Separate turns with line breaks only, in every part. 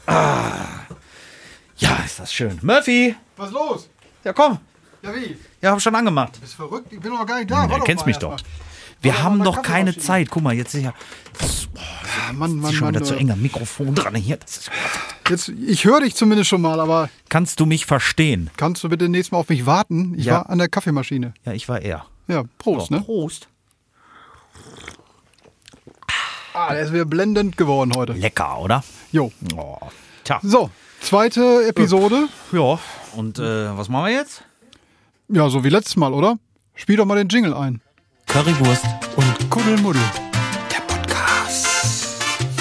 Ja, ist das schön. Murphy!
Was ist los?
Ja, komm.
Ja, wie?
Ja, hab schon angemacht.
Du bist verrückt? Ich bin noch gar nicht da.
Du kennst mich doch. Wir haben doch keine Zeit. Guck mal, jetzt ist ja...
Mann,
ist schon wieder zu eng am Mikrofon dran hier. Das ist,
Jetzt, ich höre dich zumindest schon mal, aber
kannst du mich verstehen?
kannst du bitte nächstes Mal auf mich warten? Ich war an der Kaffeemaschine.
Ja, ich war er.
Ja, Prost,
So,
ne?
Prost.
Der ist wieder blendend geworden heute.
Lecker, oder?
Jo.
Oh. Tja.
So, zweite Episode.
Ja, und was machen wir jetzt?
Ja, so wie letztes Mal, oder? Spiel doch mal den Jingle ein.
Currywurst.
Und Kuddelmuddel.
Der Podcast.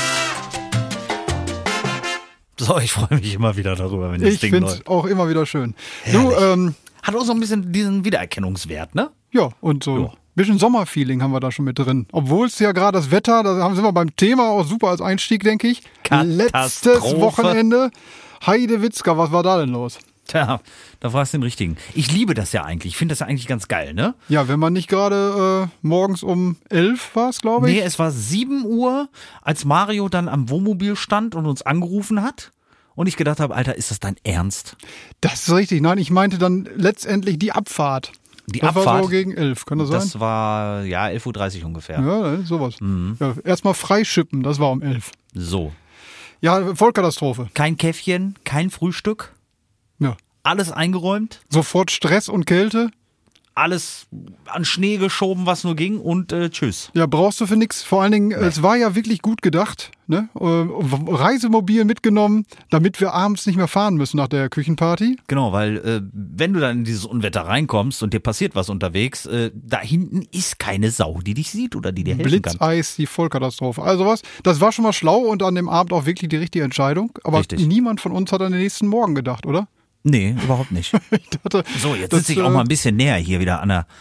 So, ich freue mich immer wieder darüber, wenn das
Ich
Ding
finde
läuft.
es auch immer wieder schön.
Herrlich.
Du,
Hat auch so ein bisschen diesen Wiedererkennungswert, ne?
ja, und so
Ja.
ein bisschen Sommerfeeling haben wir da schon mit drin. Obwohl es ja gerade das Wetter, da sind wir beim Thema auch super als Einstieg, denke ich. Letztes
Katastrophe.
Wochenende. Heidewitzka, was war da denn los?
Tja, da fragst du den Richtigen. Ich liebe das ja eigentlich. Ich finde das ja eigentlich ganz geil, ne?
Ja, wenn man nicht gerade morgens um 11 war es, glaube ich.
Nee, es war 7 Uhr, als Mario dann am Wohnmobil stand und uns angerufen hat. Und ich gedacht habe, Alter, ist das dein Ernst?
Das ist richtig. Nein, ich meinte dann letztendlich die Abfahrt.
Die
Das war
Abfahrt,
so gegen 11, kann das sein?
das war, ja, 11.30 Uhr ungefähr.
Ja, sowas. Ja, erstmal freischippen, das war um 11.
So.
Ja, Vollkatastrophe.
Kein Käffchen, kein Frühstück,
Ja.
alles eingeräumt,
Sofort Stress und Kälte.
alles an Schnee geschoben, was nur ging und tschüss.
Ja, brauchst du für nichts. Vor allen Dingen, es war ja wirklich gut gedacht. Ne? Reisemobil mitgenommen, damit wir abends nicht mehr fahren müssen nach der Küchenparty.
Genau, weil wenn du dann in dieses Unwetter reinkommst und dir passiert was unterwegs, da hinten ist keine Sau, die dich sieht oder die dir helfen kann.
Blitzeis, die Vollkatastrophe. Also was, das war schon mal schlau und an dem Abend auch wirklich die richtige Entscheidung. Aber
Richtig.
niemand von uns hat an den nächsten Morgen gedacht, oder?
Nee, überhaupt nicht.
Ich dachte,
So, jetzt
das,
sitze ich auch mal ein bisschen näher hier wieder an der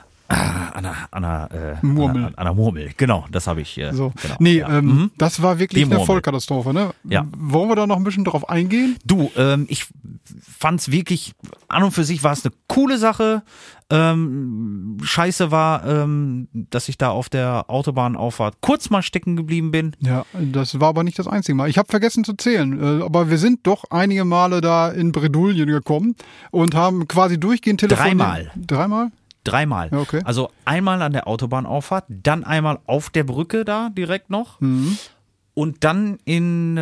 Murmel.
An der Murmel. Genau, das habe ich.
So.
Genau,
Nee,
ja.
das war wirklich
Die
eine
Murmel.
Vollkatastrophe. Ne?
Ja.
Wollen wir da noch ein bisschen drauf eingehen?
Du, ich fand's wirklich, an und für sich war es eine coole Sache. Scheiße war, dass ich da auf der Autobahnauffahrt kurz mal stecken geblieben bin.
Ja, das war aber nicht das einzige Mal. Ich habe vergessen zu zählen, aber wir sind doch einige Male da in Bredouillen gekommen und haben quasi durchgehend telefoniert.
Dreimal.
Dreimal?
Dreimal.
Ja, okay.
Also einmal an der Autobahnauffahrt, dann einmal auf der Brücke da direkt noch und dann in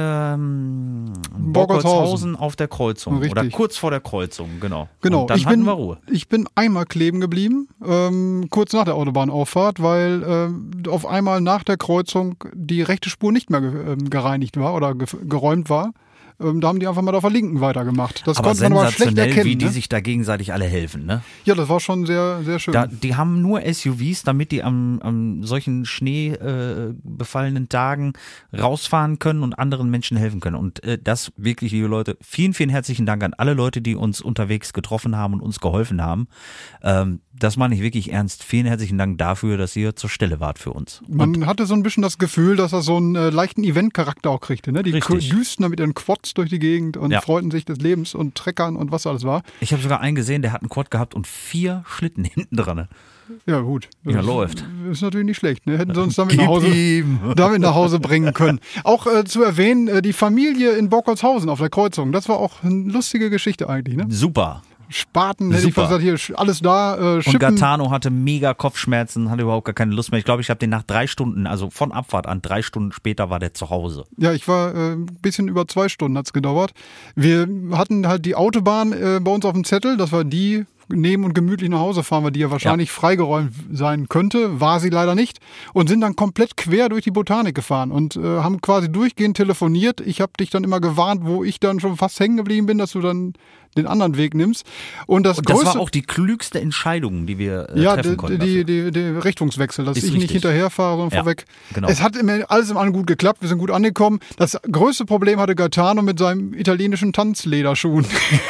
Borgolzhausen auf der Kreuzung.
Richtig.
Oder kurz vor der Kreuzung, genau.
Genau.
Und dann hatten wir Ruhe.
Ich bin einmal kleben geblieben, kurz nach der Autobahnauffahrt, weil auf einmal nach der Kreuzung die rechte Spur nicht mehr gereinigt war oder geräumt war. Da haben die einfach mal auf der linken weitergemacht. Das
Aber
konnte man aber schlecht
sensationell,
erkennen.
wie die
Ne?
sich da gegenseitig alle helfen, ne?
Ja, das war schon sehr, sehr schön.
Die haben nur SUVs, damit die am solchen schneebefallenen Tagen rausfahren können und anderen Menschen helfen können. Und das wirklich, liebe Leute, vielen, vielen herzlichen Dank an alle Leute, die uns unterwegs getroffen haben und uns geholfen haben. Das meine ich wirklich ernst. Vielen herzlichen Dank dafür, dass ihr zur Stelle wart für uns.
Man hatte so ein bisschen das Gefühl, dass er so einen leichten Event-Charakter auch kriegte. Ne? Die
Richtig.
düsten da mit ihren Quads durch die Gegend und
Ja.
freuten sich des Lebens und Treckern und was alles war.
Ich habe sogar einen gesehen, der hat einen Quad gehabt und 4 Schlitten hinten dran.
Ja, gut.
Ja,
Das
läuft.
Ist natürlich nicht schlecht. Ne? Hätten sie uns damit
Gib
damit nach Hause bringen können. Auch zu erwähnen, die Familie in Borgolzhausen auf der Kreuzung. Das war auch eine lustige Geschichte eigentlich. Ne?
Super.
Spaten, hätte ich
Super.
gesagt, hier alles da,
Und
Schippen.
Gaetano hatte mega Kopfschmerzen, hatte überhaupt gar keine Lust mehr. Ich glaube, ich habe den nach 3 Stunden, also von Abfahrt an, 3 Stunden später war der zu Hause.
Ja, ich war ein bisschen über 2 Stunden hat's gedauert. Wir hatten halt die Autobahn bei uns auf dem Zettel, das war die nehmen und gemütlich nach Hause fahren, weil die ja wahrscheinlich freigeräumt sein könnte, war sie leider nicht und sind dann komplett quer durch die Botanik gefahren und haben quasi durchgehend telefoniert. Ich habe dich dann immer gewarnt, wo ich dann schon fast hängen geblieben bin, dass du dann den anderen Weg nimmst. Und das
Das
größte,
war auch die klügste Entscheidung, die wir
ja,
treffen konnten.
der Richtungswechsel, dass
Ist
ich nicht
richtig.
hinterher fahre, sondern
Ja,
vorweg.
genau.
Es hat alles im allem gut geklappt, wir sind gut angekommen. Das größte Problem hatte Gaetano mit seinem italienischen Tanzlederschuhen.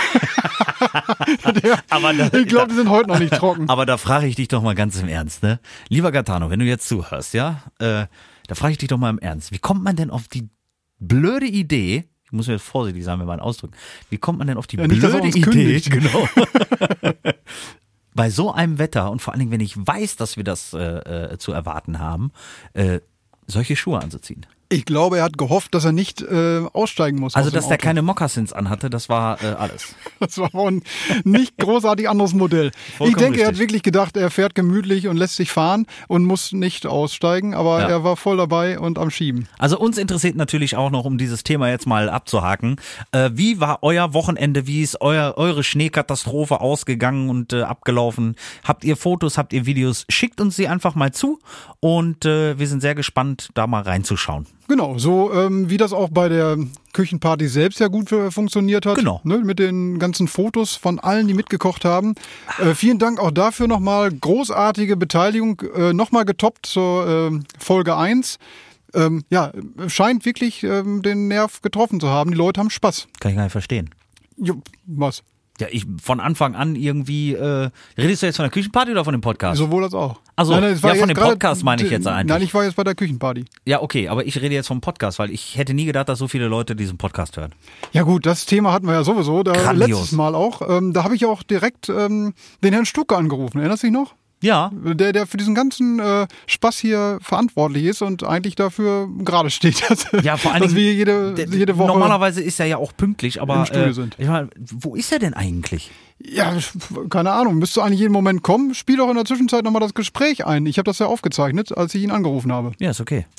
Ich glaube, die sind heute noch nicht trocken.
Aber da frage ich dich doch mal ganz im Ernst, ne? Lieber Gaetano, wenn du jetzt zuhörst, ja, da frage ich dich doch mal im Ernst. Wie kommt man denn auf die blöde Idee, ich muss jetzt vorsichtig sein mit meinem Ausdruck, wie kommt man denn auf die
nicht, dass er
blöde
uns
Idee,
kündigt.
genau, bei so einem Wetter und vor allen Dingen, wenn ich weiß, dass wir das zu erwarten haben, solche Schuhe anzuziehen?
Ich glaube, er hat gehofft, dass er nicht aussteigen muss.
Also,
aus dem
dass der
Auto.
keine Mokassins anhatte, das war alles.
Das war auch ein nicht großartig anderes Modell.
Vollkommen
Ich denke, er hat
richtig.
wirklich gedacht, er fährt gemütlich und lässt sich fahren und muss nicht aussteigen, aber
Ja.
er war voll dabei und am Schieben.
Also uns interessiert natürlich auch noch, um dieses Thema jetzt mal abzuhaken, wie war euer Wochenende, wie ist eure Schneekatastrophe ausgegangen und abgelaufen? Habt ihr Fotos, habt ihr Videos? Schickt uns sie einfach mal zu und wir sind sehr gespannt, da mal reinzuschauen.
Genau, so wie das auch bei der Küchenparty selbst ja gut funktioniert hat.
Genau.
Ne, mit den ganzen Fotos von allen, die mitgekocht haben. Vielen Dank auch dafür nochmal. Großartige Beteiligung, nochmal getoppt zur Folge 1. Ja, scheint wirklich den Nerv getroffen zu haben. Die Leute haben Spaß.
Kann ich gar nicht verstehen.
Jo, was?
Ja, ich von Anfang an irgendwie, redest du jetzt von der Küchenparty oder von dem Podcast?
Sowohl als auch.
Also,
es war
ja, von
jetzt
dem Podcast meine ich jetzt eigentlich.
Nein, ich war jetzt bei der Küchenparty.
Ja, okay, aber ich rede jetzt vom Podcast, weil ich hätte nie gedacht, dass so viele Leute diesen Podcast hören.
Ja gut, das Thema hatten wir ja sowieso,
Grandios.
letztes Mal auch. Da habe ich auch direkt den Herrn Stucke angerufen. Erinnerst du dich noch?
Ja,
Der für diesen ganzen Spaß hier verantwortlich ist und eigentlich dafür gerade steht.
ja, vor allen
dass
Dingen,
wir jede Woche
normalerweise ist er ja auch pünktlich, aber
im Studio sind.
Ich meine, wo ist er denn eigentlich?
Ja, keine Ahnung, müsste eigentlich jeden Moment kommen. Spiel doch in der Zwischenzeit nochmal das Gespräch ein. Ich habe das ja aufgezeichnet, als ich ihn angerufen habe.
Ja, ist okay.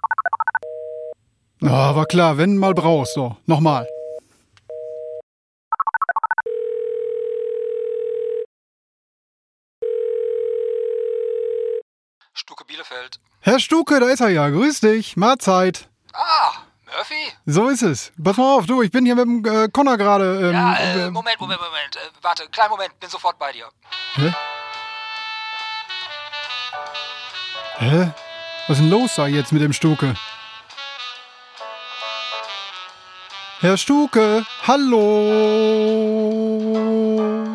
Ja, war klar, wenn mal brauchst. So, nochmal.
Stuke Bielefeld.
Herr Stucke, da ist er ja. Grüß dich. Mahlzeit.
Ah, Murphy?
So ist es. Pass mal auf, du, ich bin hier mit dem Connor gerade.
Moment. Warte, kleinen Moment, bin sofort bei dir.
Hä? Hä? Was ist denn los da jetzt mit dem Stuke? Herr Stuke, hallo.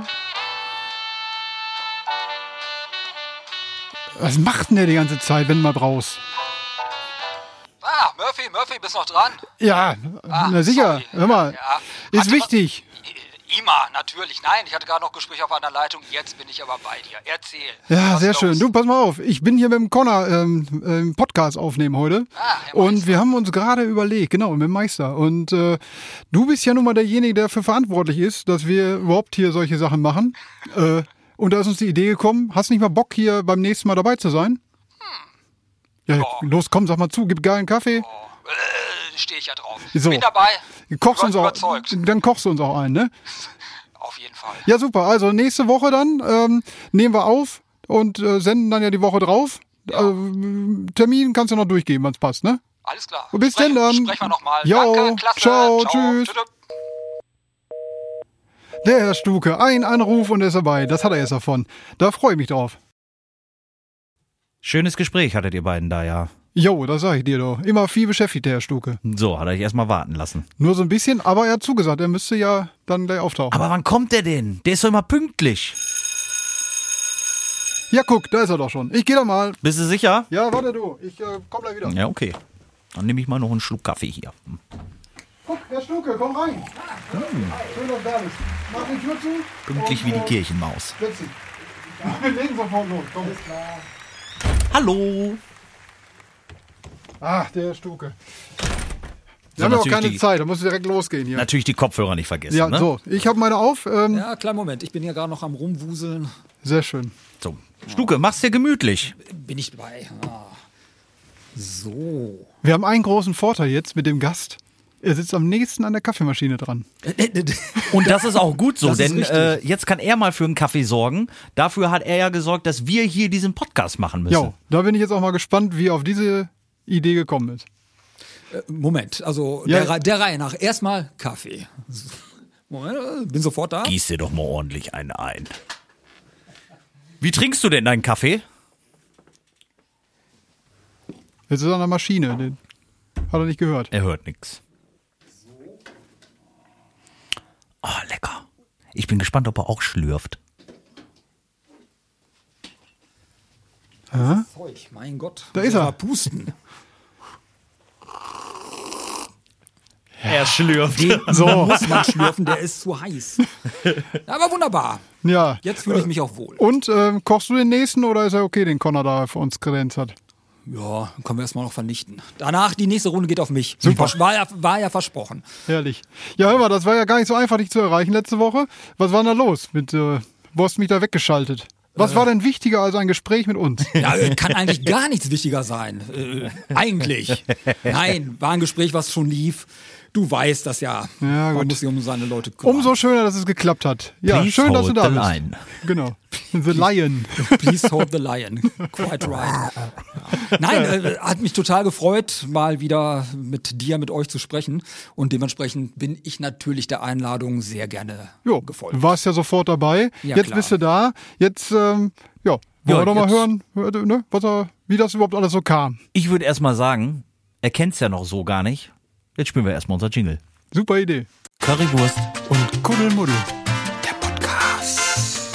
Was macht denn der die ganze Zeit, wenn du mal brauchst?
Ah, Murphy, bist noch dran?
Ja, na sicher.
Sorry.
Hör mal,
Ja.
ist
Warte,
wichtig.
Ima, natürlich. Nein, ich hatte gerade noch Gespräch auf einer Leitung. Jetzt bin ich aber bei dir. Erzähl.
Ja,
Was
sehr
los?
schön. Du, pass mal auf. Ich bin hier mit dem Connor Podcast aufnehmen heute.
Herr
Und
Meister.
wir haben uns gerade überlegt, genau, mit dem Meister. Und du bist ja nun mal derjenige, der dafür verantwortlich ist, dass wir überhaupt hier solche Sachen machen. Und da ist uns die Idee gekommen, hast nicht mal Bock, hier beim nächsten Mal dabei zu sein? Ja, los, komm, sag mal zu, gib geilen Kaffee.
Stehe ich ja drauf.
So.
Bin dabei.
Kochst uns auch,
Überzeugt.
dann kochst du uns auch ein, ne?
Auf jeden Fall.
Ja, super. Also nächste Woche dann nehmen wir auf und senden dann ja die Woche drauf. Termin kannst du noch durchgeben, wenn es passt, ne?
Alles klar.
Bis denn dann.
Sprechen wir nochmal.
Jo,
Danke, klasse.
ciao, tschüss.
Tschüss.
Der Herr Stuke, ein Anruf und er ist dabei. Das hat er jetzt davon. Da freue ich mich drauf.
Schönes Gespräch hattet ihr beiden da, ja.
Jo, das sag ich dir doch. Immer viel beschäftigt, der Herr Stuke.
So, hat er euch erstmal warten lassen.
Nur so ein bisschen, aber er hat zugesagt, er müsste ja dann gleich auftauchen.
Aber wann kommt der denn? Der ist doch immer pünktlich.
Ja, guck, da ist er doch schon. Ich geh da mal.
Bist du sicher?
Ja, warte du. Ich komm gleich wieder.
Ja, okay. Dann nehme ich mal noch einen Schluck Kaffee hier.
Guck, Herr Stuke, komm rein. Schön, dass du da bist. Mach die Tür zu.
Pünktlich wie die Kirchenmaus.
Setz dich. Wir legen sofort los. Komm.
Hallo.
Ach, der Herr Stuke.
So,
Wir haben ja auch
natürlich
keine
die-
Zeit, da muss direkt losgehen hier.
Natürlich die Kopfhörer nicht vergessen,
Ja,
ne?
so, ich habe meine auf.
Ja, kleinen Moment. Ich bin hier gerade noch am Rumwuseln.
Sehr schön.
So. Stuke, mach's dir gemütlich.
Bin ich dabei. Ah. So.
Wir haben einen großen Vorteil jetzt mit dem Gast. Er sitzt am nächsten an der Kaffeemaschine dran.
Und das ist auch gut so,
Das ist
denn
richtig.
jetzt kann er mal für einen Kaffee sorgen. Dafür hat er ja gesorgt, dass wir hier diesen Podcast machen müssen.
Ja, da bin ich jetzt auch mal gespannt, wie er auf diese Idee gekommen ist.
Moment, also
Ja.
der Reihe nach. Erstmal Kaffee. Moment, bin sofort da.
Gieß dir doch mal ordentlich einen ein. Wie trinkst du denn deinen Kaffee?
Jetzt ist er an der Maschine. Den hat er nicht gehört.
Er hört nichts. Oh, lecker. Ich bin gespannt, ob er auch schlürft.
Zeug, mein Gott.
Da ist
Soll
er.
mal Pusten.
Er schlürft.
So,
Muss man schlürfen, der ist zu heiß. Aber wunderbar.
ja.
Jetzt fühle ich mich auch wohl.
Und kochst du den nächsten oder ist er okay, den Connor da für uns kredenzt hat?
Ja, können wir erstmal noch vernichten. Danach, die nächste Runde geht auf mich.
Super.
War ja versprochen.
Herrlich. Ja, hör mal, das war ja gar nicht so einfach, dich zu erreichen letzte Woche. Was war denn da los? Du hast mich da weggeschaltet. Was war denn wichtiger als ein Gespräch mit uns?
Ja, kann eigentlich gar nichts wichtiger sein. Eigentlich. Nein, war ein Gespräch, was schon lief. Du weißt das ja.
Ja,
Man
gut.
muss sich um seine Leute kümmern.
Umso schöner, dass es geklappt hat. Ja,
Please
schön, dass du
hold
da
the
bist.
line.
Genau. The Lion.
Please hold the lion. Quite right. Ja. Nein, hat mich total gefreut, mal wieder mit euch zu sprechen. Und dementsprechend bin ich natürlich der Einladung sehr gerne
Jo,
gefolgt.
du warst ja sofort dabei.
Ja,
Jetzt
klar.
bist du da. Jetzt, wollen wir doch mal
jetzt-
hören, ne, wie das überhaupt alles so kam.
Ich würde erst mal sagen, er kennt's ja noch so gar nicht. Jetzt spielen wir erstmal unser Jingle.
Super Idee.
Currywurst.
Und Kuddelmuddel.
Der Podcast.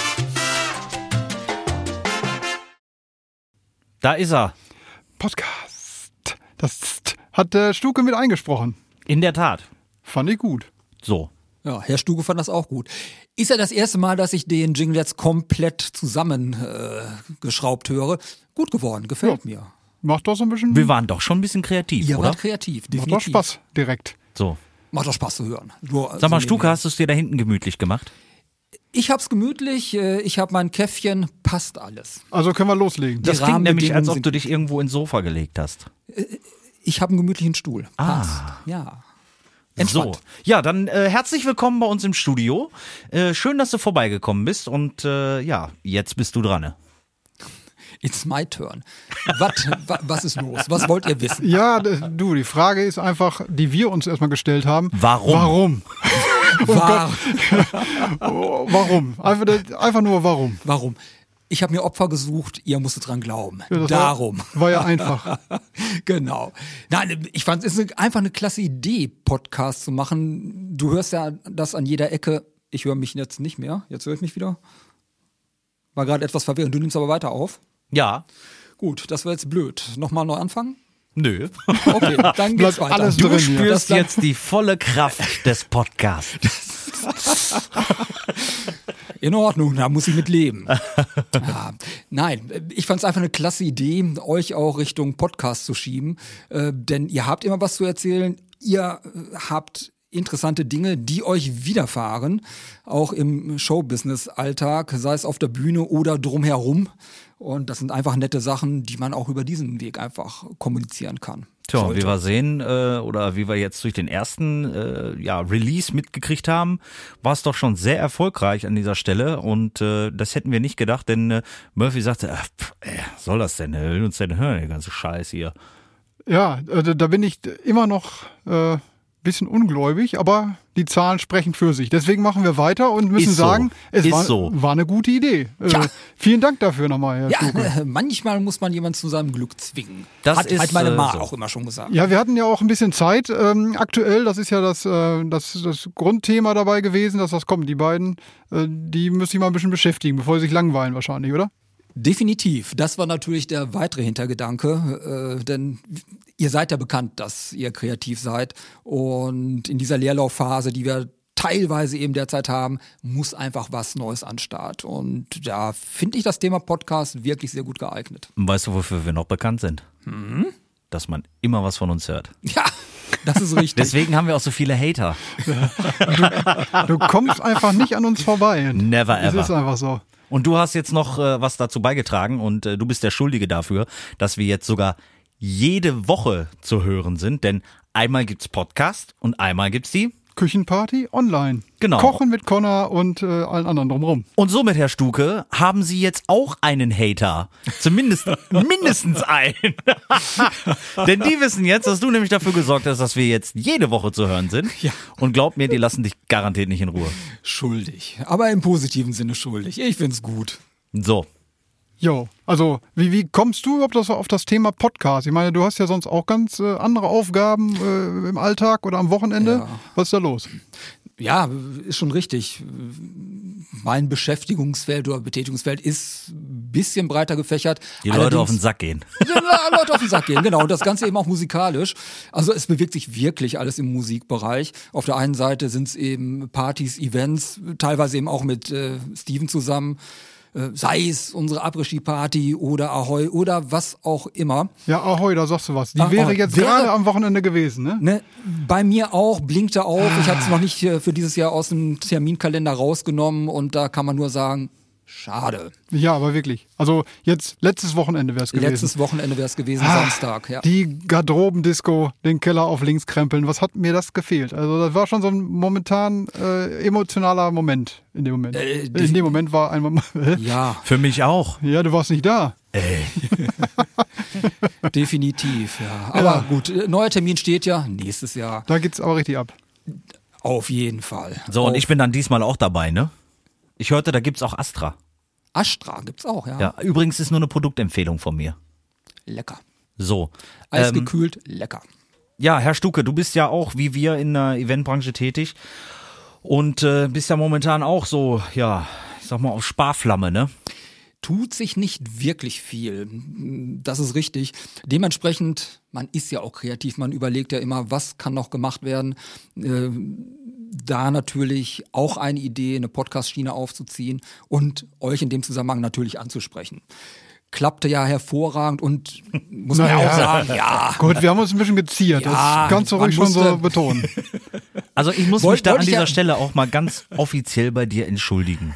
Da ist er.
Podcast. Das hat Stuke mit eingesprochen.
In der Tat.
Fand ich gut.
So.
Ja, Herr Stuge fand das auch gut. Ist ja das erste Mal, dass ich den Jingle jetzt komplett zusammen geschraubt höre. Gut geworden, gefällt mir.
Macht doch so ein bisschen,
Wir waren doch schon ein bisschen kreativ,
Ihr
oder?
wart kreativ,
macht doch
definitiv.
Spaß direkt.
So.
Macht doch Spaß zu hören. Nur
Sag mal,
so
Stuke,
nebenher.
hast du es dir da hinten gemütlich gemacht?
Ich hab's gemütlich, ich hab mein Käffchen, passt alles.
Also können wir loslegen.
Das klingt nämlich, als ob
Rahmenbedingungen
du dich irgendwo ins Sofa gelegt hast.
Ich habe einen gemütlichen Stuhl. Passt. Ja. Entspannt.
So. Ja, dann herzlich willkommen bei uns im Studio. Schön, dass du vorbeigekommen bist und jetzt bist du dran. Ne?
It's my turn. Was ist los? Was wollt ihr wissen?
Ja, die Frage ist einfach, die wir uns erstmal gestellt haben.
Warum?
Warum? Einfach nur warum.
Warum? Ich habe mir Opfer gesucht, ihr musstet dran glauben.
Ja, das
Darum.
War ja einfach.
Genau. Nein, ich fand es ist einfach eine klasse Idee, Podcast zu machen. Du hörst ja das an jeder Ecke. Ich höre mich jetzt nicht mehr. Jetzt höre ich mich wieder. War gerade etwas verwirrend. Du nimmst aber weiter auf.
Ja.
Gut, das war jetzt blöd. Nochmal neu anfangen?
Nö.
Okay, dann geht's
Bleibt
weiter.
alles
Du
drin hier.
spürst
Das-
jetzt die volle Kraft des Podcasts.
In Ordnung, da muss ich mit leben. Ja, nein, ich fand es einfach eine klasse Idee, euch auch Richtung Podcast zu schieben. Denn ihr habt immer was zu erzählen. Ihr habt interessante Dinge, die euch widerfahren, auch im Showbusiness-Alltag, sei es auf der Bühne oder drumherum. Und das sind einfach nette Sachen, die man auch über diesen Weg einfach kommunizieren kann.
Tja,
Sollte.
wie wir sehen, oder wie wir jetzt durch den ersten Release mitgekriegt haben, war es doch schon sehr erfolgreich an dieser Stelle und das hätten wir nicht gedacht, denn Murphy sagte, soll das denn, wer will uns denn hören, der ganze Scheiß hier.
Ja, da bin ich immer noch bisschen ungläubig, aber die Zahlen sprechen für sich. Deswegen machen wir weiter und müssen
Ist so.
sagen, es
Ist so.
war eine gute Idee.
Tja.
Vielen Dank dafür nochmal, Herr
Ja,
Stuke.
manchmal muss man jemanden zu seinem Glück zwingen.
Das
hat
ist,
meine Ma
so.
auch immer schon gesagt.
Ja, wir hatten ja auch ein bisschen Zeit aktuell. Das ist ja das Grundthema dabei gewesen, dass das kommt. Die beiden, die müssen sich mal ein bisschen beschäftigen, bevor sie sich langweilen wahrscheinlich, oder?
Definitiv. Das war natürlich der weitere Hintergedanke, denn ihr seid ja bekannt, dass ihr kreativ seid und in dieser Leerlaufphase, die wir teilweise eben derzeit haben, muss einfach was Neues an den Start. Und da finde ich das Thema Podcast wirklich sehr gut geeignet.
Und weißt du, wofür wir noch bekannt sind? Dass man immer was von uns hört.
Ja, das ist richtig.
Deswegen haben wir auch so viele Hater.
Du kommst einfach nicht an uns vorbei.
Never
Das ist
ever.
einfach so.
Und du hast jetzt noch was dazu beigetragen und du bist der Schuldige dafür, dass wir jetzt sogar jede Woche zu hören sind, denn einmal gibt's Podcast und einmal gibt's die.
Küchenparty online.
Genau.
Kochen mit Connor und allen anderen drumherum.
Und somit, Herr Stuke, haben Sie jetzt auch einen Hater. Zumindest mindestens einen. Denn die wissen jetzt, dass du nämlich dafür gesorgt hast, dass wir jetzt jede Woche zu hören sind.
Ja.
Und glaub mir, die lassen dich garantiert nicht in Ruhe.
Schuldig. Aber im positiven Sinne schuldig. Ich find's gut.
So.
Jo, also wie kommst du überhaupt auf das Thema Podcast? Ich meine, du hast ja sonst auch ganz andere Aufgaben im Alltag oder am Wochenende.
Ja.
Was ist da los?
Ja, ist schon richtig. Mein Beschäftigungsfeld oder Betätigungsfeld ist ein bisschen breiter gefächert.
Die Leute auf den Sack gehen.
Ja, Leute auf den Sack gehen, genau. Und das Ganze eben auch musikalisch. Also es bewegt sich wirklich alles im Musikbereich. Auf der einen Seite sind es eben Partys, Events, teilweise eben auch mit Steven zusammen. sei es unsere Après-Ski-Party oder Ahoi oder was auch immer.
Ja, Ahoi, da sagst du was. Die wäre jetzt gerade am Wochenende gewesen, ne?
Ne, bei mir auch, blinkte auf. Ich hatte es noch nicht für dieses Jahr aus dem Terminkalender rausgenommen und da kann man nur sagen, schade.
Ja, aber wirklich. Also jetzt letztes Wochenende wäre es gewesen.
Letztes Wochenende wäre es gewesen, Samstag. Ja.
Die Garderobendisco, den Keller auf links krempeln. Was hat mir das gefehlt? Also das war schon so ein momentan emotionaler Moment in dem Moment. In dem Moment war ein Moment.
Ja,
Für mich auch.
Ja, du warst nicht da.
definitiv. Ja. Aber gut, neuer Termin steht ja nächstes Jahr.
Da geht's aber richtig ab.
Auf jeden Fall.
So, und ich bin dann diesmal auch dabei, ne? Ich hörte, da gibt's auch Astra.
Astra gibt's auch, ja.
Ja, übrigens ist nur eine Produktempfehlung von mir.
Lecker.
So.
Eisgekühlt, lecker.
Ja, Herr Stuke, du bist ja auch wie wir in der Eventbranche tätig und bist ja momentan auch so, ja, ich sag mal auf Sparflamme, ne?
Tut sich nicht wirklich viel. Das ist richtig. Dementsprechend, man ist ja auch kreativ, man überlegt ja immer, was kann noch gemacht werden. Da natürlich auch eine Idee, eine Podcast-Schiene aufzuziehen und euch in dem Zusammenhang natürlich anzusprechen. Klappte ja hervorragend und muss man ja auch sagen, ja.
Gut, wir haben uns ein bisschen geziert.
Ja,
das kannst du ruhig schon so betonen.
Also ich muss mich da an dieser Stelle auch mal ganz offiziell bei dir entschuldigen.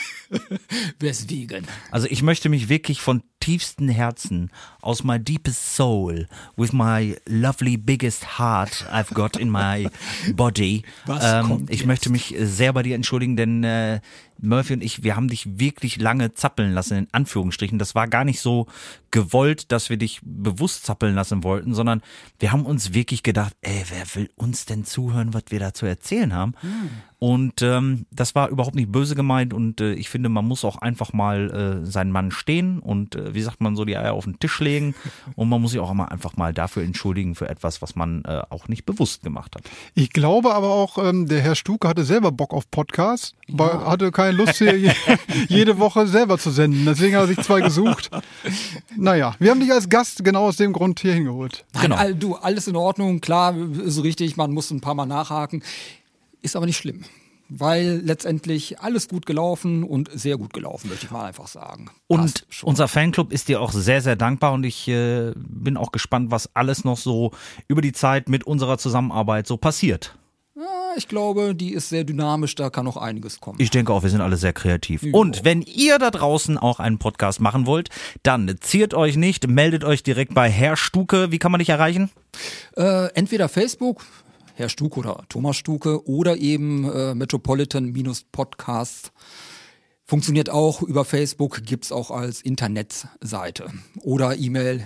Weswegen?
Also ich möchte mich wirklich von tiefstem Herzen, aus my deepest soul, with my lovely biggest heart I've got in my body, ich möchte mich sehr bei dir entschuldigen, denn Murphy und ich, wir haben dich wirklich lange zappeln lassen, in Anführungsstrichen. Das war gar nicht so gewollt, dass wir dich bewusst zappeln lassen wollten, sondern wir haben uns wirklich gedacht, wer will uns denn zuhören, was wir da zu erzählen haben? Und das war überhaupt nicht böse gemeint und ich finde, man muss auch einfach mal seinen Mann stehen und wie sagt man so, die Eier auf den Tisch legen und man muss sich auch immer einfach mal dafür entschuldigen für etwas, was man auch nicht bewusst gemacht hat.
Ich glaube aber auch, der Herr Stuke hatte selber Bock auf Podcasts, weil hatte keine Lust, hier jede Woche selber zu senden. Deswegen hat er sich 2 gesucht. Naja, wir haben dich als Gast genau aus dem Grund hier hingeholt.
Genau.
Du, alles in Ordnung, klar, ist richtig, man muss ein paar Mal nachhaken. Ist aber nicht schlimm, weil letztendlich alles gut gelaufen und sehr gut gelaufen, möchte ich mal einfach sagen.
Und unser Fanclub ist dir auch sehr, sehr dankbar und ich bin auch gespannt, was alles noch so über die Zeit mit unserer Zusammenarbeit so passiert.
Ich glaube, die ist sehr dynamisch, da kann noch einiges kommen.
Ich denke auch, wir sind alle sehr kreativ. Jo. Und wenn ihr da draußen auch einen Podcast machen wollt, dann ziert euch nicht, meldet euch direkt bei Herr Stuke. Wie kann man dich erreichen?
Entweder Facebook, Herr Stuke oder Thomas Stuke oder eben Metropolitan-Podcast. Funktioniert auch über Facebook, gibt's auch als Internetseite. Oder E-Mail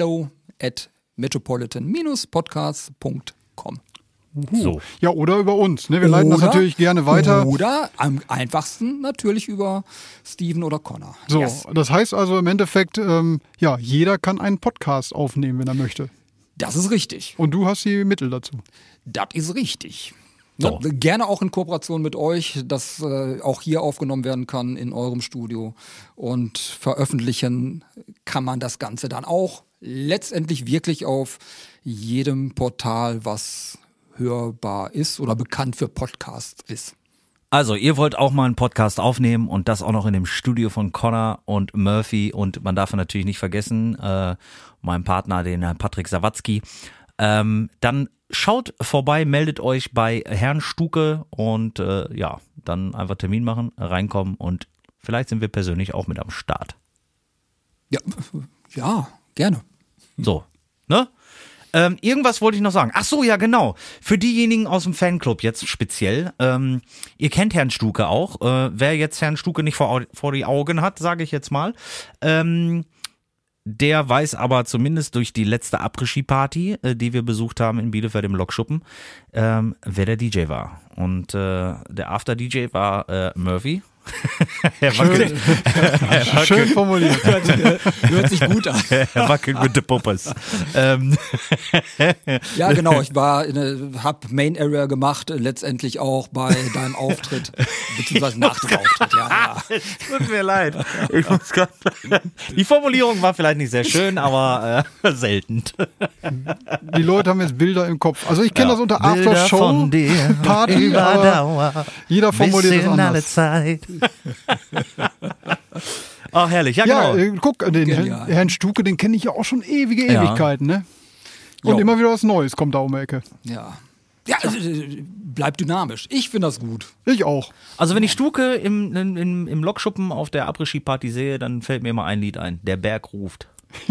hello@metropolitan-podcast.com.
So.
Ja, oder über uns. Ne? Wir leiten das natürlich gerne weiter.
Oder am einfachsten natürlich über Steven oder Connor.
So,
Yes.
Das heißt also im Endeffekt, ja, jeder kann einen Podcast aufnehmen, wenn er möchte.
Das ist richtig.
Und du hast die Mittel dazu.
Das ist richtig.
So.
Ne, gerne auch in Kooperation mit euch, dass auch hier aufgenommen werden kann in eurem Studio. Und veröffentlichen kann man das Ganze dann auch letztendlich wirklich auf jedem Portal, was hörbar ist oder bekannt für Podcasts ist.
Also, ihr wollt auch mal einen Podcast aufnehmen und das auch noch in dem Studio von Connor und Murphy und man darf natürlich nicht vergessen, meinem Partner, den Patrick Sawatzki. Dann schaut vorbei, meldet euch bei Herrn Stuke und ja, dann einfach Termin machen, reinkommen und vielleicht sind wir persönlich auch mit am Start.
Ja, gerne.
So, ne? Irgendwas wollte ich noch sagen. Ach so, ja genau. Für diejenigen aus dem Fanclub jetzt speziell, ihr kennt Herrn Stuke auch. Wer jetzt Herrn Stuke nicht vor die Augen hat, sage ich jetzt mal, der weiß aber zumindest durch die letzte Après-Ski-Party, die wir besucht haben in Bielefeld im Lokschuppen, wer der DJ war. Und der After-DJ war Murphy.
Schön formuliert.
Hört sich gut an.
Er wackelt mit den Puppers.
Ja, genau. Ich hab Main Area gemacht, letztendlich auch bei deinem Auftritt, beziehungsweise nach dem Auftritt. Ja.
Tut mir leid. Ich muss grad, die Formulierung war vielleicht nicht sehr schön, aber selten.
Die Leute haben jetzt Bilder im Kopf. Also ich kenne das unter
Bilder
After-Show,
von dir
Party,
über
aber
Dauer,
jeder formuliert es
bis in alle
anders.
Zeit. Ach, herrlich. Ja,
Ja,
genau.
guck, den
Genial.
Herrn Stuke, den kenne ich ja auch schon ewige
Ja.
Ewigkeiten, ne? Und
Jo.
immer wieder was Neues kommt da um die Ecke.
Ja. Ja, bleibt dynamisch. Ich finde das gut.
Ich auch.
Also wenn ich Stuke im Lokschuppen auf der Après-Ski-Party sehe, dann fällt mir immer ein Lied ein. Der Berg ruft.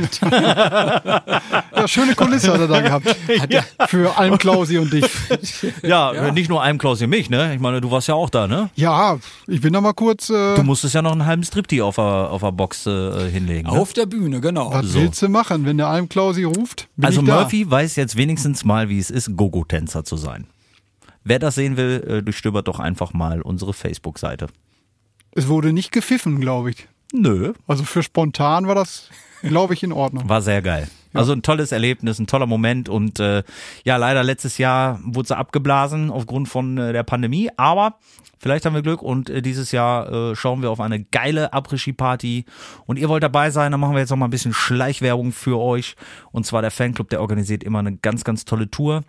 Ja, schöne Kulisse hat er da gehabt. Für Almklausi und dich.
Ja, nicht nur einem Klaus und mich, ne? Ich meine, du warst ja auch da, ne?
Ja, ich bin da mal kurz.
Du musstest ja noch einen halben Striptease auf der Box hinlegen. Ne?
Auf der Bühne, genau.
Was willst du machen, wenn der Almklausi ruft? Bin
Also
ich da.
Murphy weiß jetzt wenigstens mal, wie es ist, Gogo-Tänzer zu sein. Wer das sehen will, durchstöbert doch einfach mal unsere Facebook-Seite.
Es wurde nicht gepfiffen, glaube ich.
Nö,
Also für spontan war das, glaube ich, in Ordnung.
war sehr geil. Also ein tolles Erlebnis, ein toller Moment und ja, leider letztes Jahr wurde sie abgeblasen aufgrund von der Pandemie, aber vielleicht haben wir Glück und dieses Jahr schauen wir auf eine geile Après-Ski-Party und ihr wollt dabei sein, dann machen wir jetzt noch mal ein bisschen Schleichwerbung für euch und zwar der Fanclub, der organisiert immer eine ganz, ganz tolle Tour.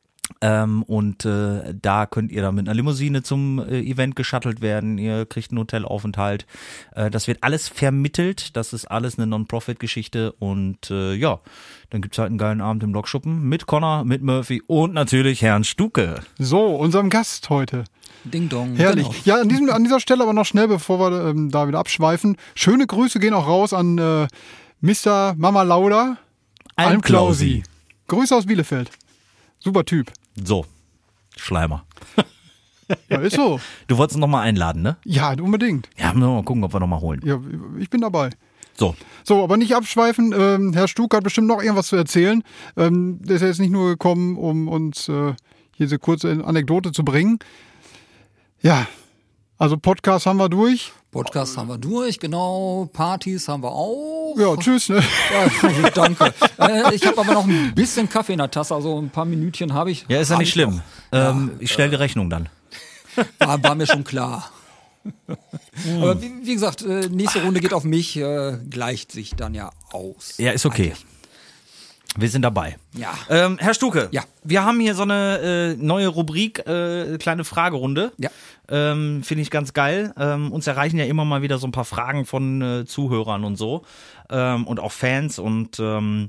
Und da könnt ihr dann mit einer Limousine zum Event geshuttelt werden, ihr kriegt einen Hotelaufenthalt, das wird alles vermittelt, das ist alles eine Non-Profit-Geschichte und ja, dann gibt's halt einen geilen Abend im Lokschuppen mit Connor, mit Murphy und natürlich Herrn Stuke.
So, unserem Gast heute.
Ding Dong.
Herrlich.
Genau.
Ja, an dieser Stelle aber noch schnell, bevor wir da wieder abschweifen. Schöne Grüße gehen auch raus an Mr. Mama Lauda Almklausi. Grüße aus Bielefeld. Super Typ.
So, Schleimer.
Ja, ist so.
Du wolltest ihn noch mal einladen, ne?
Ja, unbedingt.
Ja, müssen wir mal gucken, ob wir noch mal holen.
Ja, ich bin dabei.
So,
So, aber nicht abschweifen. Herr Stuck hat bestimmt noch irgendwas zu erzählen. Der ist ja jetzt nicht nur gekommen, um uns hier diese kurze Anekdote zu bringen. Ja, also Podcast haben wir durch.
Podcast haben wir durch, genau. Partys haben wir auch.
Ja, tschüss. Ne?
Ja, danke. Ich habe aber noch ein bisschen Kaffee in der Tasse, also ein paar Minütchen habe ich.
ja, ist ja
Hab
nicht
ich
schlimm.
noch.
Ich stelle die Rechnung dann.
War mir schon klar. Aber wie gesagt, nächste Runde geht auf mich, gleicht sich dann ja aus.
Ja, ist okay. Wir sind dabei.
Ja.
Herr Stuke,
Ja.
wir haben hier so eine neue Rubrik, kleine Fragerunde.
Ja.
Finde ich ganz geil. Uns erreichen ja immer mal wieder so ein paar Fragen von Zuhörern und so und auch Fans und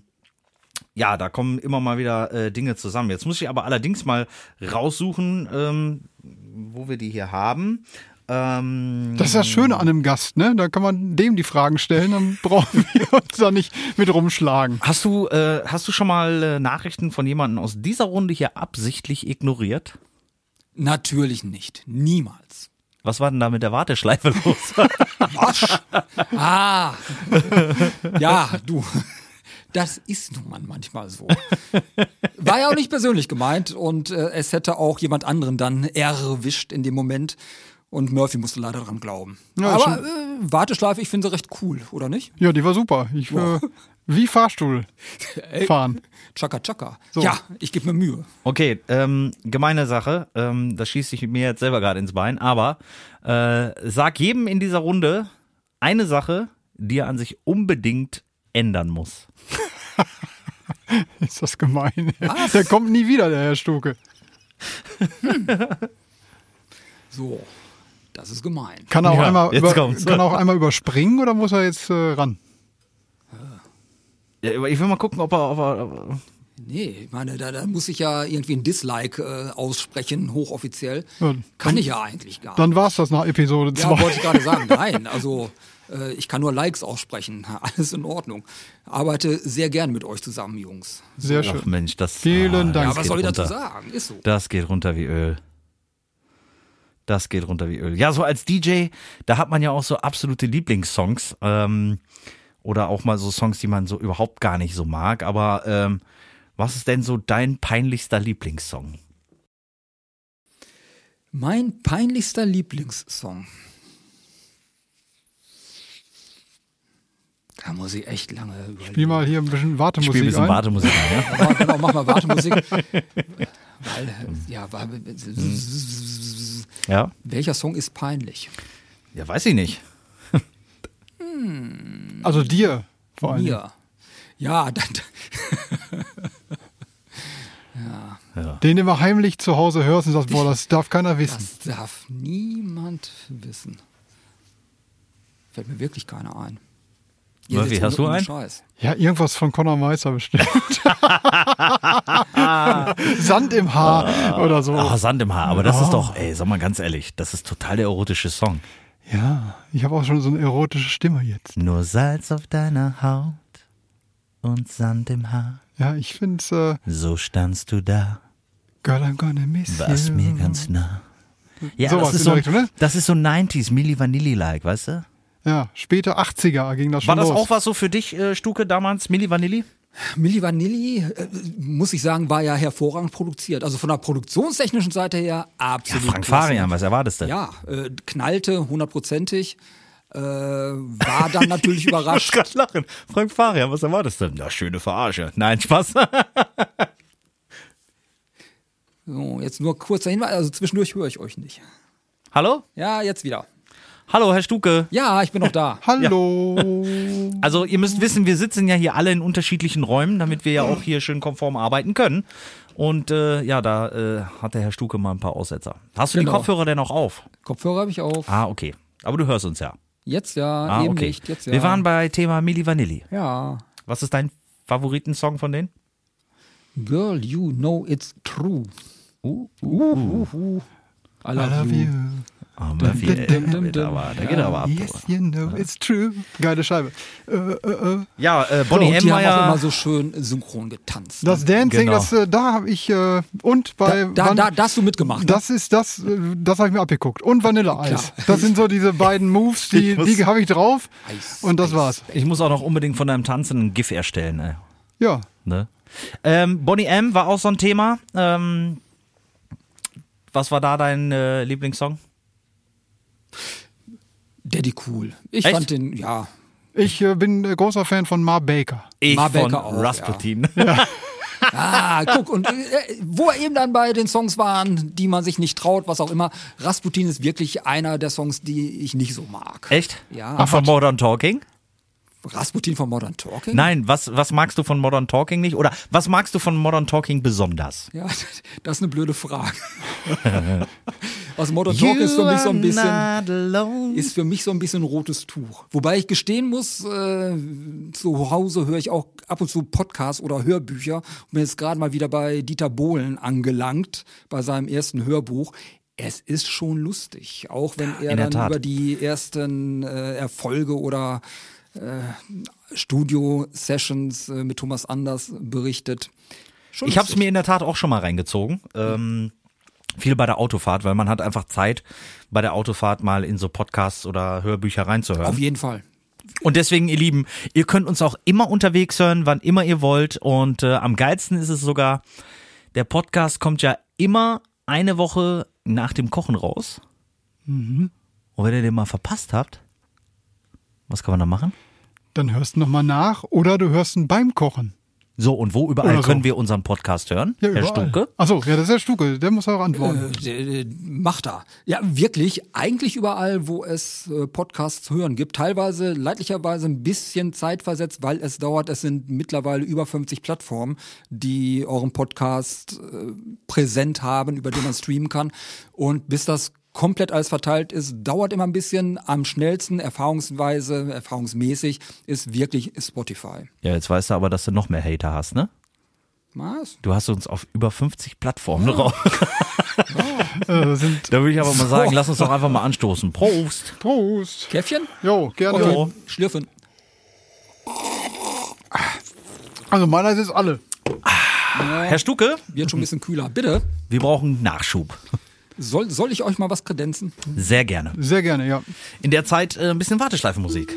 ja, da kommen immer mal wieder Dinge zusammen. Jetzt muss ich aber allerdings mal raussuchen, wo wir die hier haben.
Das ist das Schöne an einem Gast, ne? Da kann man dem die Fragen stellen, dann brauchen wir uns da nicht mit rumschlagen.
Hast du schon mal Nachrichten von jemandem aus dieser Runde hier absichtlich ignoriert?
Natürlich nicht. Niemals.
Was war denn da mit der Warteschleife los?
Was? Ah. Ja, du. Das ist nun mal manchmal so. War ja auch nicht persönlich gemeint und es hätte auch jemand anderen dann erwischt in dem Moment. Und Murphy musste leider dran glauben.
Ja,
Aber Warteschleife, ich finde sie recht cool, oder nicht?
Ja, die war super. Wie Fahrstuhl fahren.
Chaka Chaka.
So.
Ja, ich gebe mir Mühe.
Okay, gemeine Sache, das schießt sich mir jetzt selber gerade ins Bein, aber sag jedem in dieser Runde eine Sache, die er an sich unbedingt ändern muss.
Ist das gemein.
Was?
Der kommt nie wieder, der Herr Stuke.
So, das ist gemein.
Kann er auch,
Ja, jetzt kommt's.
kann er auch einmal überspringen oder muss er jetzt ran?
Ja, ich will mal gucken, ob er
Nee, ich meine, da muss ich ja irgendwie ein Dislike aussprechen, hochoffiziell.
Ja,
Kann ich ja eigentlich gar nicht.
Dann war's das nach Episode 2.
Ja, wollte ich gerade sagen. Nein, also ich kann nur Likes aussprechen. Alles in Ordnung. Arbeite sehr gern mit euch zusammen, Jungs.
Sehr
Ach
schön.
Mensch, das
Vielen Dank.
Ja, was
geht
soll ich dazu
runter.
sagen? Ist so.
Das geht runter wie Öl. Das geht runter wie Öl. Ja, so als DJ, da hat man ja auch so absolute Lieblingssongs. Oder auch mal so Songs, die man so überhaupt gar nicht so mag. Aber was ist denn so dein peinlichster Lieblingssong?
Mein peinlichster Lieblingssong. Da muss ich echt lange überlegen.
Spiel mal hier ein bisschen
Spiel ein
Wartemusik
bisschen
ein.
Wartemusik ein, ja?
Ja, genau, mach mal Wartemusik. Weil, ja,
Ja?
welcher Song ist peinlich?
Ja, weiß ich nicht.
Also dir vor allem.
Mir. Ja, dann.
Den du immer heimlich zu Hause hörst und sagst, boah, das darf keiner wissen.
Das darf niemand wissen. Fällt mir wirklich keiner ein.
Murphy,
Jetzt
hast du
ohne
einen?
Scheiß.
Ja, irgendwas von Conor Meister bestimmt. Sand im Haar oder so.
Ah, Sand im Haar, aber das ist doch, ey, sag mal ganz ehrlich, das ist total der erotische Song.
Ja, ich habe auch schon so eine erotische Stimme jetzt.
Nur Salz auf deiner Haut und Sand im Haar.
Ja, ich finde es,
So standst du da,
Girl, I'm gonna miss
warst
you.
mir ganz nah. Ja,
Sowas
das ist
in
so,
der Richtung, ne?
das ist so 90s, Milli Vanilli-like, weißt du?
Ja, später 80er ging das schon
War das
los.
auch was so für dich, Stuke, damals, Milli Vanilli?
Milli Vanilli, muss ich sagen, war ja hervorragend produziert. Also von der produktionstechnischen Seite her
Ja,
absolut.
Frank
klasse.
Farian, was erwartest du?
Ja, knallte 100%. War dann natürlich überrascht.
gerade lachen. Frank Farian, was erwartest du? Na, schöne Verarsche. Nein, Spaß.
So, jetzt nur kurzer Hinweis, also zwischendurch höre ich euch nicht.
Hallo?
Ja, jetzt wieder.
Hallo, Herr Stuke.
Ja, ich bin noch da.
Hallo.
Also ihr müsst wissen, wir sitzen ja hier alle in unterschiedlichen Räumen, damit wir ja auch hier schön konform arbeiten können. Und ja, da hat der Herr Stuke mal ein paar Aussetzer. Hast du
Genau.
die Kopfhörer denn auch auf?
Kopfhörer habe ich auf.
Ah, okay. Aber du hörst uns ja.
Jetzt ja,
Ah,
eben
okay.
nicht. Jetzt ja.
Wir waren bei Thema Milli Vanilli.
Ja.
Was ist dein Favoritensong von denen?
Girl, you know it's true. I
I love you.
Oh, Murphy, ey, da geht aber ab.
Yes, you know it's true. Geile Scheibe.
Ja,
So,
Bonnie
und
M
die
war
haben auch
ja...
immer so schön synchron getanzt.
Das Dancing,
Genau.
da habe ich und bei
Da hast du mitgemacht. Ne?
das ist das habe ich mir abgeguckt. Und Vanilleeis. Das sind so diese beiden Moves, die habe ich drauf.
Eis,
Und das
Eis.
war's.
Ich muss auch noch unbedingt von deinem Tanzen ein GIF erstellen. Ey.
Ja.
Ne? Bonnie M war auch so ein Thema. Was war da dein Lieblingssong?
Daddy Cool. Ich
Echt?
fand den, ja.
Ich bin großer Fan von Ma Baker.
Ich
Marbecker
von
auch,
Rasputin.
Ah, guck, und wo wir eben dann bei den Songs waren, die man sich nicht traut, was auch immer. Rasputin ist wirklich einer der Songs, die ich nicht so mag.
Echt?
Ja.
Ach, von Modern Talking?
Rasputin von Modern Talking?
Nein, was magst du von Modern Talking nicht? Oder was magst du von Modern Talking besonders?
Ja, das ist eine blöde Frage. Also Modern Talking ist für mich so ein bisschen... Ist für mich so ein bisschen rotes Tuch. Wobei ich gestehen muss, zu Hause höre ich auch ab und zu Podcasts oder Hörbücher. Und bin jetzt gerade mal wieder bei Dieter Bohlen angelangt, bei seinem ersten Hörbuch. Es ist schon lustig, auch wenn er
In der
dann
Tat.
über die ersten Erfolge oder Studio-Sessions mit Thomas Anders berichtet. Schon
Ich habe es
lustig.
mir in der Tat auch schon mal reingezogen. Viel bei der Autofahrt, weil man hat einfach Zeit, bei der Autofahrt mal in so Podcasts oder Hörbücher reinzuhören.
Auf jeden Fall.
Und deswegen, ihr Lieben, ihr könnt uns auch immer unterwegs hören, wann immer ihr wollt. Und am geilsten ist es sogar, der Podcast kommt ja immer eine Woche nach dem Kochen raus. Und wenn ihr den mal verpasst habt, was kann man da machen?
Dann hörst du nochmal nach oder du hörst ihn beim Kochen.
So, und wo überall
Oder so.
können wir unseren Podcast hören?
Ja,
Herr
überall.
Stuke?
Achso, ja, das ist der Stuke, der muss auch antworten.
Macht er. Ja, wirklich, eigentlich überall, wo es Podcasts zu hören gibt. Teilweise, leidlicherweise ein bisschen zeitversetzt, weil es dauert. Es sind mittlerweile über 50 Plattformen, die euren Podcast präsent haben, über die man streamen kann. Und bis das komplett alles verteilt ist, dauert immer ein bisschen. Am schnellsten, erfahrungsmäßig, ist wirklich Spotify.
Ja, jetzt weißt du aber, dass du noch mehr Hater hast, ne?
Was?
Du hast uns auf über 50 Plattformen drauf.
Sind
Da würde ich aber mal sagen, lass uns doch einfach mal anstoßen. Prost!
Prost.
Käffchen?
Jo, gerne.
Okay.
Schlürfen.
Also meiner ist alle.
Herr Stuke,
Wird schon ein bisschen kühler. Bitte.
wir brauchen Nachschub.
Soll ich euch mal was kredenzen?
Sehr gerne.
Sehr gerne, ja.
In der Zeit ein bisschen Warteschleifenmusik.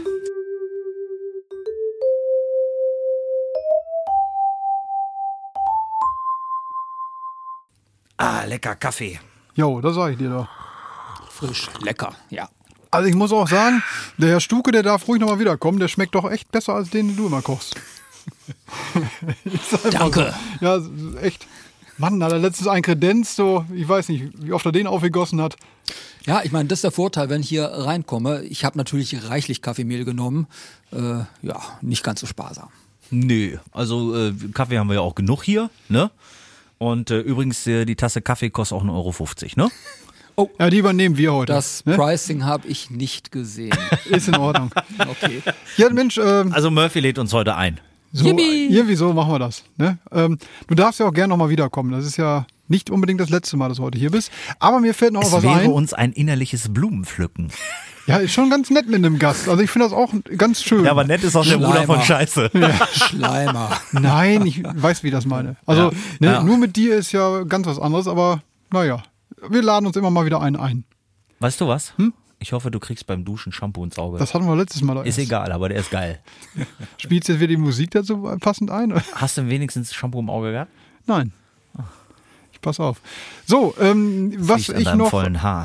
Ah, lecker Kaffee.
Jo, das sag ich dir doch.
Frisch, lecker, ja.
Also ich muss auch sagen, der Herr Stuke, der darf ruhig nochmal wiederkommen. Der schmeckt doch echt besser als den du immer kochst. Ist einfach
Danke.
So. Ja, echt. Mann, hat er letztens ein Kredenz, so, ich weiß nicht, wie oft er den aufgegossen hat.
Ja, ich meine, das ist der Vorteil, wenn ich hier reinkomme. Ich habe natürlich reichlich Kaffeemehl genommen. Ja, nicht ganz so sparsam.
Nö, also Kaffee haben wir ja auch genug hier, ne? Und übrigens, die Tasse Kaffee kostet auch 1,50 €, ne?
Ja, die übernehmen wir heute.
Das Pricing habe ich nicht gesehen.
Ist in Ordnung.
Okay.
Ja, Mensch,
Also Murphy lädt uns heute ein.
so, irgendwie so machen wir das. Ne? Du darfst ja auch gerne nochmal wiederkommen. Das ist ja nicht unbedingt das letzte Mal, dass du heute hier bist. Aber mir fällt noch
Es
was
wäre
ein.
uns ein innerliches Blumenpflücken.
Ja, ist schon ganz nett mit einem Gast. Also ich finde das auch ganz schön.
Ja, aber nett ist auch der Bruder von Scheiße.
Schleimer.
Nein, ich weiß, wie ich das meine. Also nur mit dir ist ja ganz was anderes, aber naja, wir laden uns immer mal wieder einen ein.
Weißt du was? Ich hoffe, du kriegst beim Duschen Shampoo ins Auge.
Das hatten wir letztes Mal.
Ist egal, aber der ist geil.
Spielst du jetzt wieder die Musik dazu passend ein?
Hast du wenigstens Shampoo im Auge gehabt?
Nein. Ich pass auf. So, was
Riecht an
ich
deinem
noch...
vollen Haar.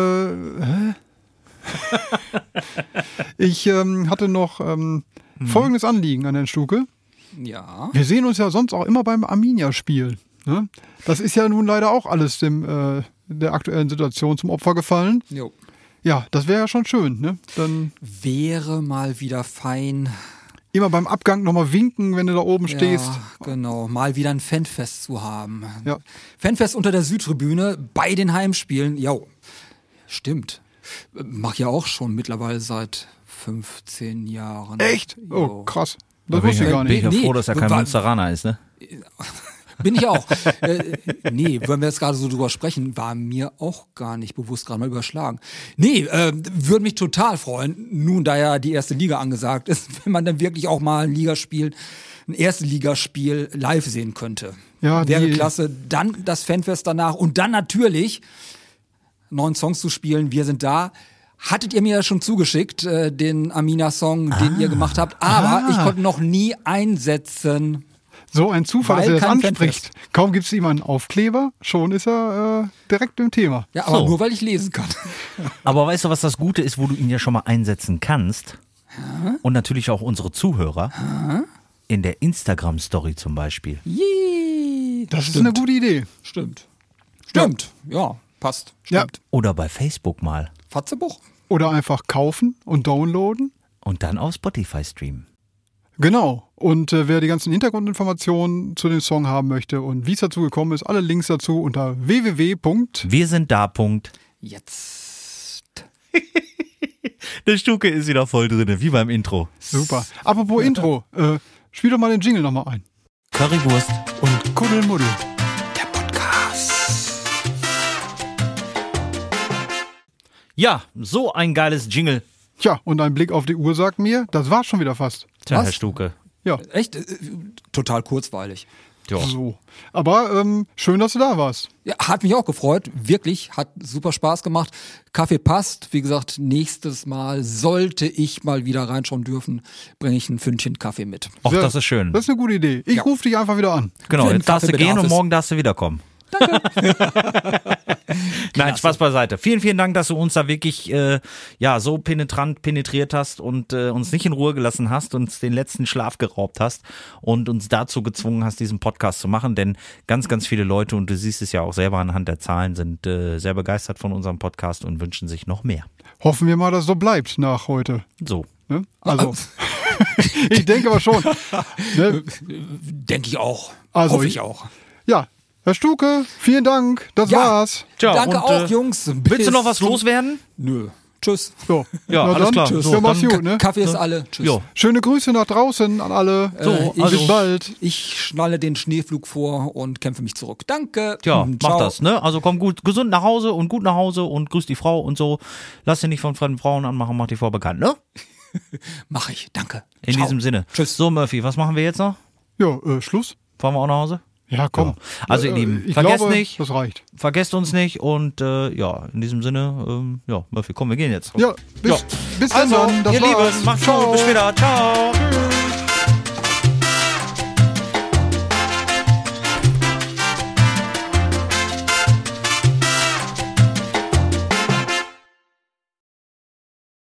Ich hatte noch folgendes Anliegen an Herrn Stuke.
Ja.
Wir sehen uns ja sonst auch immer beim Arminia-Spiel. Ne? Das ist ja nun leider auch alles der aktuellen Situation zum Opfer gefallen.
Jo.
Ja, das wäre ja schon schön. Ne? Dann
Wäre mal wieder fein.
immer beim Abgang nochmal winken, wenn du da oben stehst.
Ja, genau. Mal wieder ein Fanfest zu haben.
Ja.
Fanfest unter der Südtribüne bei den Heimspielen. Ja, stimmt. Mach ja auch schon mittlerweile seit 15 Jahren.
Echt?
Jo.
Oh, krass. Das
bin
wusste ich gar
bin ich
nicht.
ja
Nee,
froh, dass er kein
war-
Münsteraner ist, ne?
Bin ich auch. Nee, wenn wir jetzt gerade so drüber sprechen, war mir auch gar nicht bewusst, gerade mal überschlagen. Nee, würde mich total freuen, nun da ja die erste Liga angesagt ist, wenn man dann wirklich auch mal ein erste Ligaspiel live sehen könnte.
Ja,
Wäre
die-
klasse. Dann das Fanfest danach und dann natürlich 9 Songs zu spielen. Wir sind da. Hattet ihr mir ja schon zugeschickt, den Amina-Song, den ihr gemacht habt, aber ich konnte noch nie einsetzen.
So ein Zufall, dass
Weil
er das
kein
anspricht. Kaum gibt es ihm einen Aufkleber, schon ist er direkt im Thema.
Ja, aber
So.
nur weil ich lesen kann.
Aber weißt du, was das Gute ist, wo du ihn ja schon mal einsetzen kannst? Und natürlich auch unsere Zuhörer. In der Instagram-Story zum Beispiel.
Yee,
Das ist eine gute Idee.
Stimmt. Ja, passt.
Ja.
Stimmt.
Oder bei Facebook mal.
Fatzebuch.
Oder einfach kaufen und downloaden.
Und dann auf Spotify streamen.
Genau. Und wer die ganzen Hintergrundinformationen zu dem Song haben möchte und wie es dazu gekommen ist, alle Links dazu unter www.
Wir sind da. Punkt.
Jetzt.
Der Stuke ist wieder voll drin, wie beim Intro.
Super. Apropos Intro, spiel doch mal den Jingle nochmal ein.
Currywurst.
Und Kuddelmuddel.
Ja, so ein geiles Jingle.
Tja, und ein Blick auf die Uhr sagt mir, das war's schon wieder fast.
Tja,
Was?
Herr Stuke.
Ja,
Echt? Total kurzweilig.
Ja.
so. Aber schön, dass du da warst.
Ja, hat mich auch gefreut. Wirklich, hat super Spaß gemacht. Kaffee passt. Wie gesagt, nächstes Mal sollte ich mal wieder reinschauen dürfen, bringe ich ein Fündchen Kaffee mit.
Och,
Sehr-
das ist schön.
Das ist eine gute Idee. Ich rufe dich einfach wieder an.
Genau,
Für
jetzt darfst du
den
gehen und
Kaffeebedarf
morgen darfst du wiederkommen. Nein, Spaß beiseite. Vielen, vielen Dank, dass du uns da wirklich so penetriert hast und uns nicht in Ruhe gelassen hast, uns den letzten Schlaf geraubt hast und uns dazu gezwungen hast, diesen Podcast zu machen. Denn ganz, ganz viele Leute, und du siehst es ja auch selber anhand der Zahlen, sind sehr begeistert von unserem Podcast und wünschen sich noch mehr.
Hoffen wir mal, dass es so bleibt nach heute.
So.
Ne? Also, ich denke aber schon. Ne?
Denke ich auch.
Also
Hoffe
ich-
ich auch.
Ja, Herr Stuke, vielen Dank. Das
Ja.
war's.
Tja,
Danke
und,
auch, Jungs.
Willst du noch was
Bis zum-
loswerden?
Nö. Tschüss.
So.
Ja,
Na
alles
dann,
klar.
Tschüss.
So,
Ja, mach's
dann
gut, ne?
Kaffee ist alle. Tschüss.
Jo.
Schöne Grüße nach draußen an alle. Bis bald.
Ich schnalle den Schneeflug vor und kämpfe mich zurück. Danke.
Tja,
Ciao.
mach das, ne? Also komm gesund nach Hause und gut nach Hause und grüß die Frau und so. Lass dich nicht von fremden Frauen anmachen, mach die Frau bekannt, ne?
Mach ich. Danke.
In
Ciao.
diesem Sinne.
Tschüss.
So, Murphy, was machen wir jetzt noch?
Ja, Schluss.
Fahren wir auch nach Hause?
Ja, komm.
Ja. Also, ihr Lieben,
ich
vergesst
glaube,
nicht.
Das reicht.
Vergesst uns nicht und in diesem Sinne, Murphy, komm, wir gehen jetzt.
Ja, bis dann. Das
Also,
war's.
ihr Lieben, macht's gut, bis später. Ciao.
Tschüss.